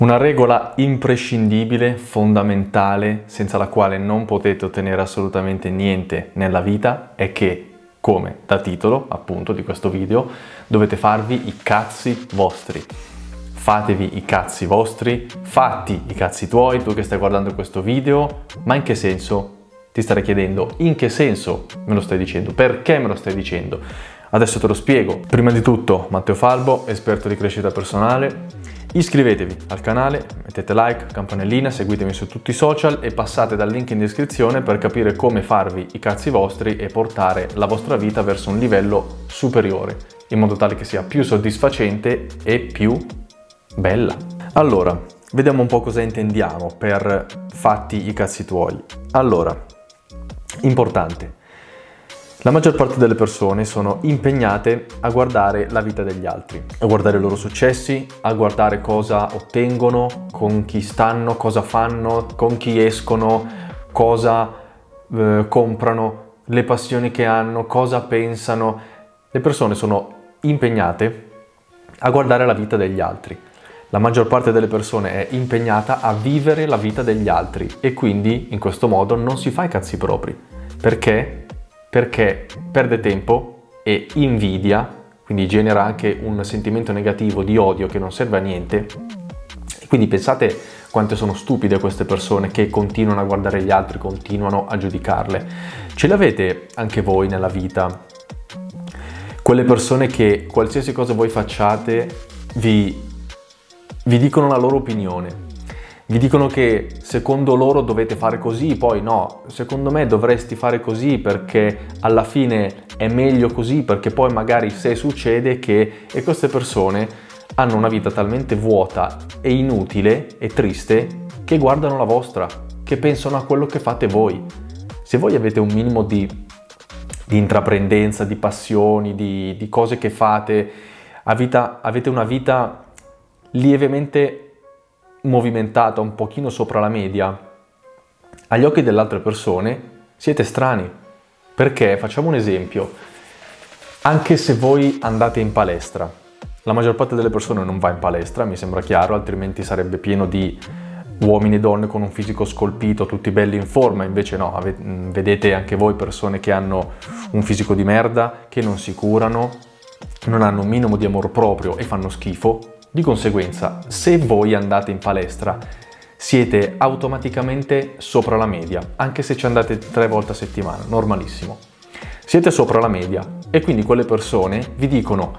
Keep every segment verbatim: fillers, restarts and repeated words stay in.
Una regola imprescindibile, fondamentale, senza la quale non potete ottenere assolutamente niente nella vita è che, come da titolo appunto di questo video, dovete farvi i cazzi vostri. Fatevi i cazzi vostri, fatti i cazzi tuoi, tu che stai guardando questo video, ma in che senso? Ti starei chiedendo, in che senso me lo stai dicendo? Perché me lo stai dicendo? Adesso te lo spiego. Prima di tutto, Matteo Falbo, esperto di crescita personale. Iscrivetevi al canale, mettete like, campanellina, seguitemi su tutti i social e passate dal link in descrizione per capire come farvi i cazzi vostri e portare la vostra vita verso un livello superiore, in modo tale che sia più soddisfacente e più bella. Allora, vediamo un po' cosa intendiamo per fatti i cazzi tuoi. Allora, importante. La maggior parte delle persone sono impegnate a guardare la vita degli altri, a guardare i loro successi, a guardare cosa ottengono, con chi stanno, cosa fanno, con chi escono, cosa eh, comprano, le passioni che hanno, cosa pensano. Le persone sono impegnate a guardare la vita degli altri. La maggior parte delle persone è impegnata a vivere la vita degli altri e quindi in questo modo non si fa i cazzi propri. Perché? Perché perde tempo e invidia, quindi genera anche un sentimento negativo di odio che non serve a niente. Quindi pensate quante sono stupide queste persone che continuano a guardare gli altri, continuano a giudicarle. Ce l'avete anche voi nella vita? Quelle persone che qualsiasi cosa voi facciate vi, vi dicono la loro opinione. Vi dicono che secondo loro dovete fare così, poi no, secondo me dovresti fare così perché alla fine è meglio così, perché poi magari se succede che... E queste persone hanno una vita talmente vuota e inutile e triste che guardano la vostra, che pensano a quello che fate voi. Se voi avete un minimo di, di intraprendenza, di passioni, di, di cose che fate, a vita, avete una vita lievemente movimentata, un pochino sopra la media, agli occhi delle altre persone siete strani. Perché? Facciamo un esempio. Anche se voi andate in palestra, la maggior parte delle persone non va in palestra, mi sembra chiaro, altrimenti sarebbe pieno di uomini e donne con un fisico scolpito, tutti belli in forma, invece no, vedete anche voi persone che hanno un fisico di merda, che non si curano, non hanno un minimo di amor proprio e fanno schifo. Di conseguenza, se voi andate in palestra, siete automaticamente sopra la media, anche se ci andate tre volte a settimana, normalissimo. Siete sopra la media e quindi quelle persone vi dicono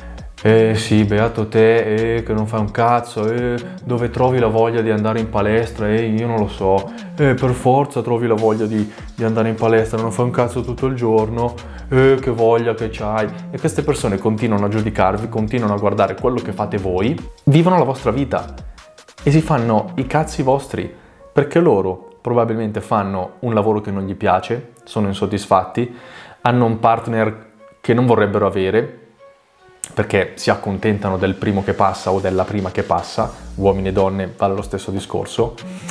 eh sì, beato te, eh, che non fai un cazzo, eh, dove trovi la voglia di andare in palestra? Eh, io non lo so, eh, per forza trovi la voglia di, di andare in palestra, non fai un cazzo tutto il giorno, eh, che voglia che c'hai. E queste persone continuano a giudicarvi, continuano a guardare quello che fate voi, vivono la vostra vita e si fanno i cazzi vostri, perché loro probabilmente fanno un lavoro che non gli piace, sono insoddisfatti, hanno un partner che non vorrebbero avere, perché si accontentano del primo che passa o della prima che passa, uomini e donne vale lo stesso discorso,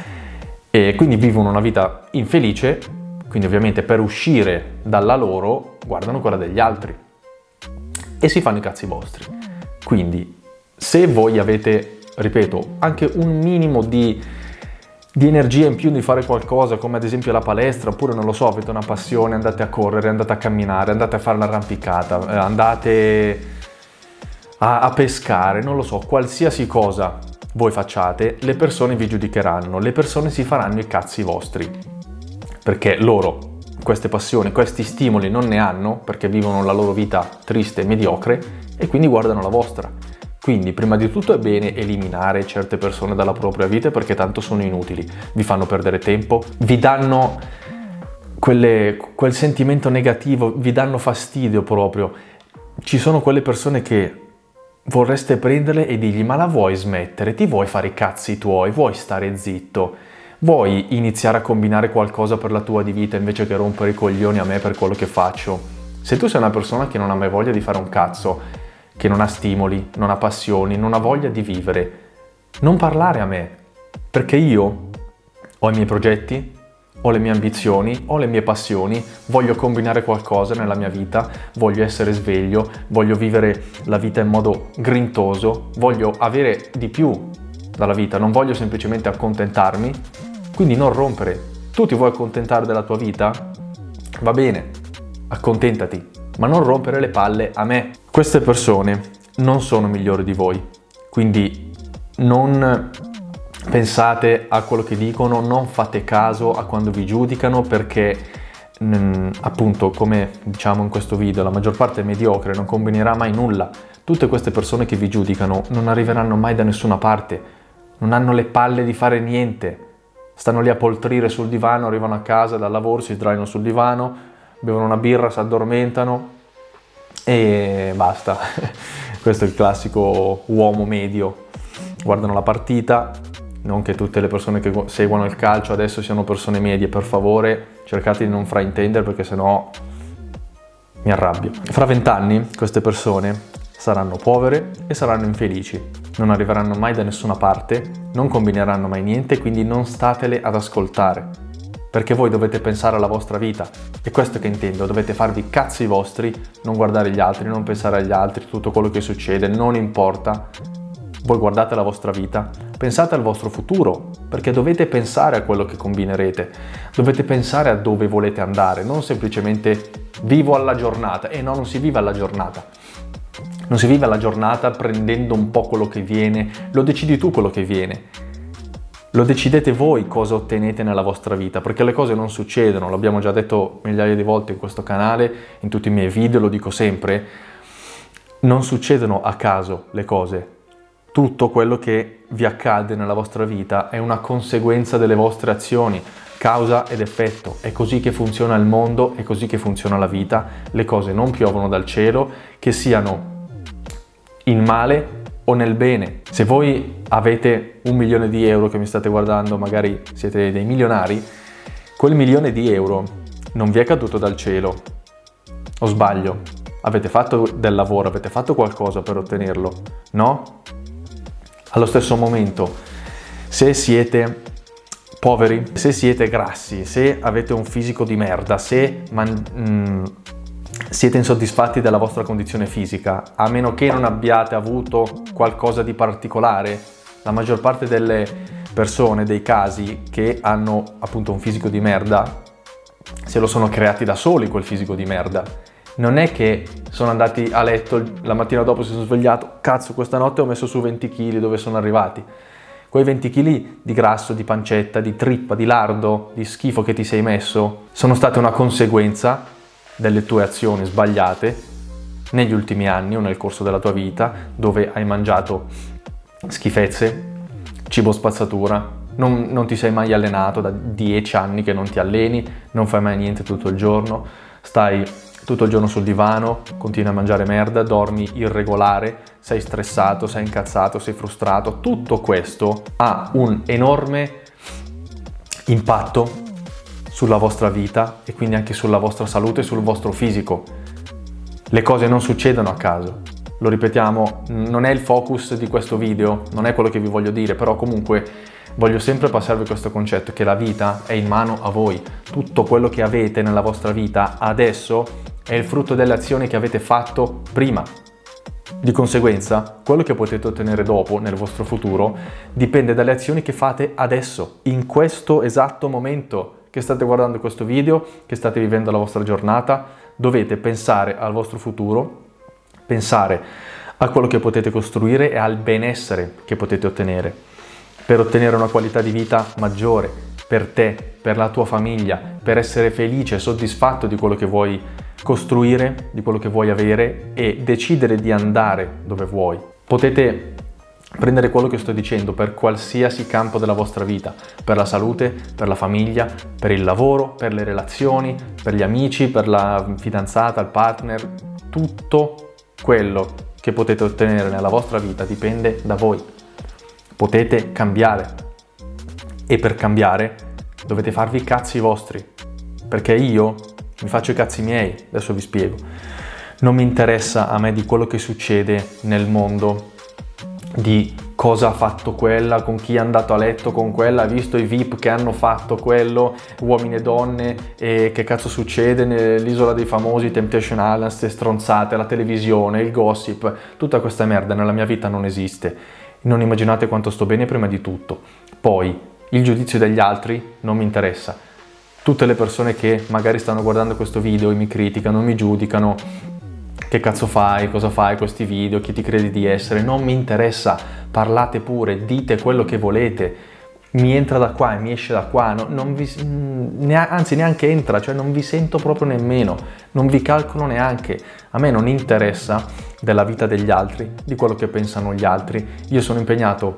e quindi vivono una vita infelice, quindi ovviamente per uscire dalla loro guardano quella degli altri e si fanno i cazzi vostri. Quindi se voi avete, ripeto, anche un minimo di, di energia in più di fare qualcosa, come ad esempio la palestra, oppure non lo so, avete una passione, andate a correre, andate a camminare, andate a fare l'arrampicata, andate A, a pescare, non lo so, qualsiasi cosa voi facciate, le persone vi giudicheranno, le persone si faranno i cazzi vostri, perché loro queste passioni, questi stimoli non ne hanno, perché vivono la loro vita triste e mediocre e quindi guardano la vostra. Quindi prima di tutto è bene eliminare certe persone dalla propria vita perché tanto sono inutili, vi fanno perdere tempo, vi danno quelle, quel sentimento negativo, vi danno fastidio proprio. Ci sono quelle persone che vorreste prenderle e dirgli: ma la vuoi smettere? Ti vuoi fare i cazzi tuoi? Vuoi stare zitto? Vuoi iniziare a combinare qualcosa per la tua di vita invece che rompere i coglioni a me per quello che faccio? Se tu sei una persona che non ha mai voglia di fare un cazzo, che non ha stimoli, non ha passioni, non ha voglia di vivere, non parlare a me, perché io ho i miei progetti, ho le mie ambizioni, ho le mie passioni, voglio combinare qualcosa nella mia vita, voglio essere sveglio, voglio vivere la vita in modo grintoso, voglio avere di più dalla vita, non voglio semplicemente accontentarmi, quindi non rompere. Tu ti vuoi accontentare della tua vita? Va bene, accontentati, ma non rompere le palle a me. Queste persone non sono migliori di voi, quindi non pensate a quello che dicono, non fate caso a quando vi giudicano, perché mh, appunto, come diciamo in questo video, la maggior parte è mediocre, non combinerà mai nulla. Tutte queste persone che vi giudicano non arriveranno mai da nessuna parte, non hanno le palle di fare niente, stanno lì a poltrire sul divano, arrivano a casa dal lavoro, si sdraiano sul divano, bevono una birra, si addormentano e basta. Questo è il classico uomo medio. Guardano la partita, non che tutte le persone che seguono il calcio adesso siano persone medie, per favore cercate di non fraintendere, perché sennò mi arrabbio. Fra vent'anni queste persone saranno povere e saranno infelici, non arriveranno mai da nessuna parte, non combineranno mai niente, quindi non statele ad ascoltare, perché voi dovete pensare alla vostra vita. E questo che intendo, dovete farvi i cazzi vostri, non guardare gli altri, non pensare agli altri, tutto quello che succede non importa. Voi guardate la vostra vita, pensate al vostro futuro, perché dovete pensare a quello che combinerete, dovete pensare a dove volete andare, non semplicemente vivo alla giornata. E no, non si vive alla giornata. Non si vive alla giornata prendendo un po' quello che viene, lo decidi tu quello che viene. Lo decidete voi cosa ottenete nella vostra vita, perché le cose non succedono, l'abbiamo già detto migliaia di volte in questo canale, in tutti i miei video, lo dico sempre, non succedono a caso le cose. Tutto quello che vi accade nella vostra vita è una conseguenza delle vostre azioni, causa ed effetto. È così che funziona il mondo, è così che funziona la vita. Le cose non piovono dal cielo, che siano in male o nel bene. Se voi avete un milione di euro che mi state guardando, magari siete dei milionari, quel milione di euro non vi è caduto dal cielo. O sbaglio? Avete fatto del lavoro, avete fatto qualcosa per ottenerlo, no? Allo stesso momento, se siete poveri, se siete grassi, se avete un fisico di merda, se man- mm, siete insoddisfatti della vostra condizione fisica, a meno che non abbiate avuto qualcosa di particolare, la maggior parte delle persone, dei casi che hanno appunto un fisico di merda, se lo sono creati da soli quel fisico di merda. Non è che sono andati a letto la mattina dopo, si sono svegliato, cazzo questa notte ho messo su venti chili, dove sono arrivati? Quei venti chili di grasso, di pancetta, di trippa, di lardo, di schifo che ti sei messo, sono state una conseguenza delle tue azioni sbagliate negli ultimi anni o nel corso della tua vita, dove hai mangiato schifezze, cibo spazzatura, non, non ti sei mai allenato, da dieci anni che non ti alleni, non fai mai niente tutto il giorno, stai tutto il giorno sul divano, continui a mangiare merda, dormi irregolare, sei stressato, sei incazzato, sei frustrato. Tutto questo ha un enorme impatto sulla vostra vita e quindi anche sulla vostra salute e sul vostro fisico. Le cose non succedono a caso. Lo ripetiamo, non è il focus di questo video, non è quello che vi voglio dire, però comunque voglio sempre passarvi questo concetto, che la vita è in mano a voi. Tutto quello che avete nella vostra vita adesso è il frutto delle azioni che avete fatto prima. Di conseguenza, quello che potete ottenere dopo, nel vostro futuro, dipende dalle azioni che fate adesso, in questo esatto momento che state guardando questo video, che state vivendo la vostra giornata. Dovete pensare al vostro futuro, pensare a quello che potete costruire e al benessere che potete ottenere, per ottenere una qualità di vita maggiore per te, per la tua famiglia, per essere felice e soddisfatto di quello che vuoi costruire, di quello che vuoi avere e decidere di andare dove vuoi. Potete prendere quello che sto dicendo per qualsiasi campo della vostra vita, per la salute, per la famiglia, per il lavoro, per le relazioni, per gli amici, per la fidanzata, il partner. Tutto quello che potete ottenere nella vostra vita dipende da voi. Potete cambiare e per cambiare dovete farvi i cazzi vostri, perché io mi faccio i cazzi miei. Adesso vi spiego. Non mi interessa a me di quello che succede nel mondo, di cosa ha fatto quella, con chi è andato a letto con quella, ha visto i V I P che hanno fatto quello, uomini e donne, e che cazzo succede nell'isola dei famosi, Temptation Island, ste stronzate, la televisione, il gossip, tutta questa merda nella mia vita non esiste. Non immaginate quanto sto bene prima di tutto. Poi, il giudizio degli altri non mi interessa. Tutte le persone che magari stanno guardando questo video e mi criticano, mi giudicano, che cazzo fai, cosa fai questi video, chi ti credi di essere, non mi interessa, parlate pure, dite quello che volete, mi entra da qua e mi esce da qua, no, non vi, anzi neanche entra, cioè non vi sento proprio nemmeno, non vi calcolo neanche, a me non interessa della vita degli altri, di quello che pensano gli altri, io sono impegnato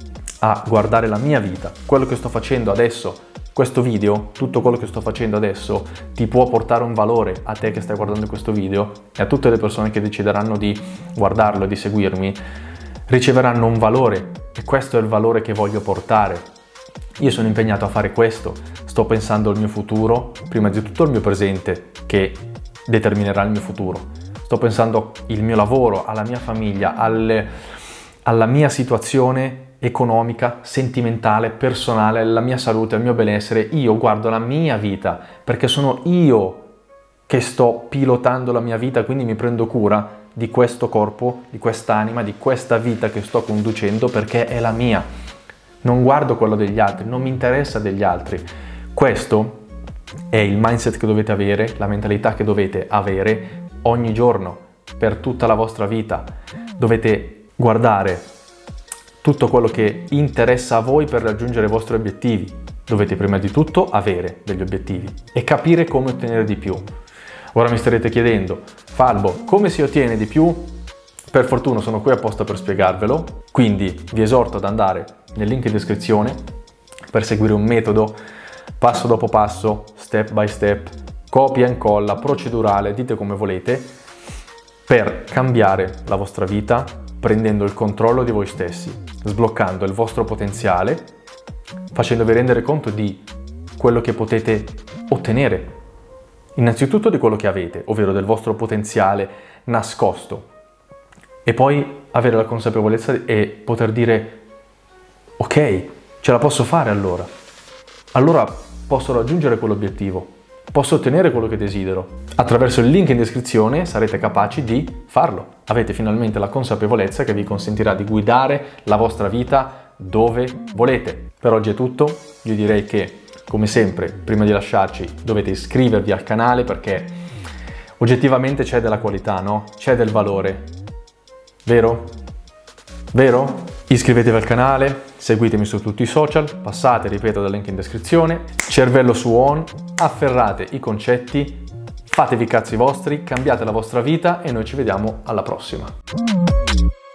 a guardare la mia vita, quello che sto facendo adesso. Questo video, tutto quello che sto facendo adesso, ti può portare un valore a te che stai guardando questo video e a tutte le persone che decideranno di guardarlo e di seguirmi, riceveranno un valore e questo è il valore che voglio portare. Io sono impegnato a fare questo, sto pensando al mio futuro, prima di tutto al mio presente che determinerà il mio futuro. Sto pensando al mio lavoro, alla mia famiglia, alle, alla mia situazione economica, sentimentale, personale, la mia salute, il mio benessere. Io guardo la mia vita perché sono io che sto pilotando la mia vita, quindi mi prendo cura di questo corpo, di quest'anima, di questa vita che sto conducendo perché è la mia. Non guardo quello degli altri, non mi interessa degli altri. Questo è il mindset che dovete avere, la mentalità che dovete avere ogni giorno, per tutta la vostra vita. Dovete guardare tutto quello che interessa a voi per raggiungere i vostri obiettivi. Dovete prima di tutto avere degli obiettivi e capire come ottenere di più. Ora mi starete chiedendo, Falbo, come si ottiene di più? Per fortuna sono qui apposta per spiegarvelo, quindi vi esorto ad andare nel link in descrizione per seguire un metodo passo dopo passo, step by step, copia e incolla, procedurale, dite come volete, per cambiare la vostra vita prendendo il controllo di voi stessi, sbloccando il vostro potenziale, facendovi rendere conto di quello che potete ottenere. Innanzitutto di quello che avete, ovvero del vostro potenziale nascosto. E poi avere la consapevolezza e poter dire ok, ce la posso fare allora. Allora posso raggiungere quell'obiettivo. Posso ottenere quello che desidero. Attraverso il link in descrizione sarete capaci di farlo. Avete finalmente la consapevolezza che vi consentirà di guidare la vostra vita dove volete. Per oggi è tutto. Io direi che, come sempre, prima di lasciarci, dovete iscrivervi al canale perché oggettivamente c'è della qualità, no? C'è del valore. Vero? Vero? Iscrivetevi al canale, seguitemi su tutti i social, passate, ripeto, dal link in descrizione, cervello su on, afferrate i concetti, fatevi i cazzi vostri, cambiate la vostra vita e noi ci vediamo alla prossima.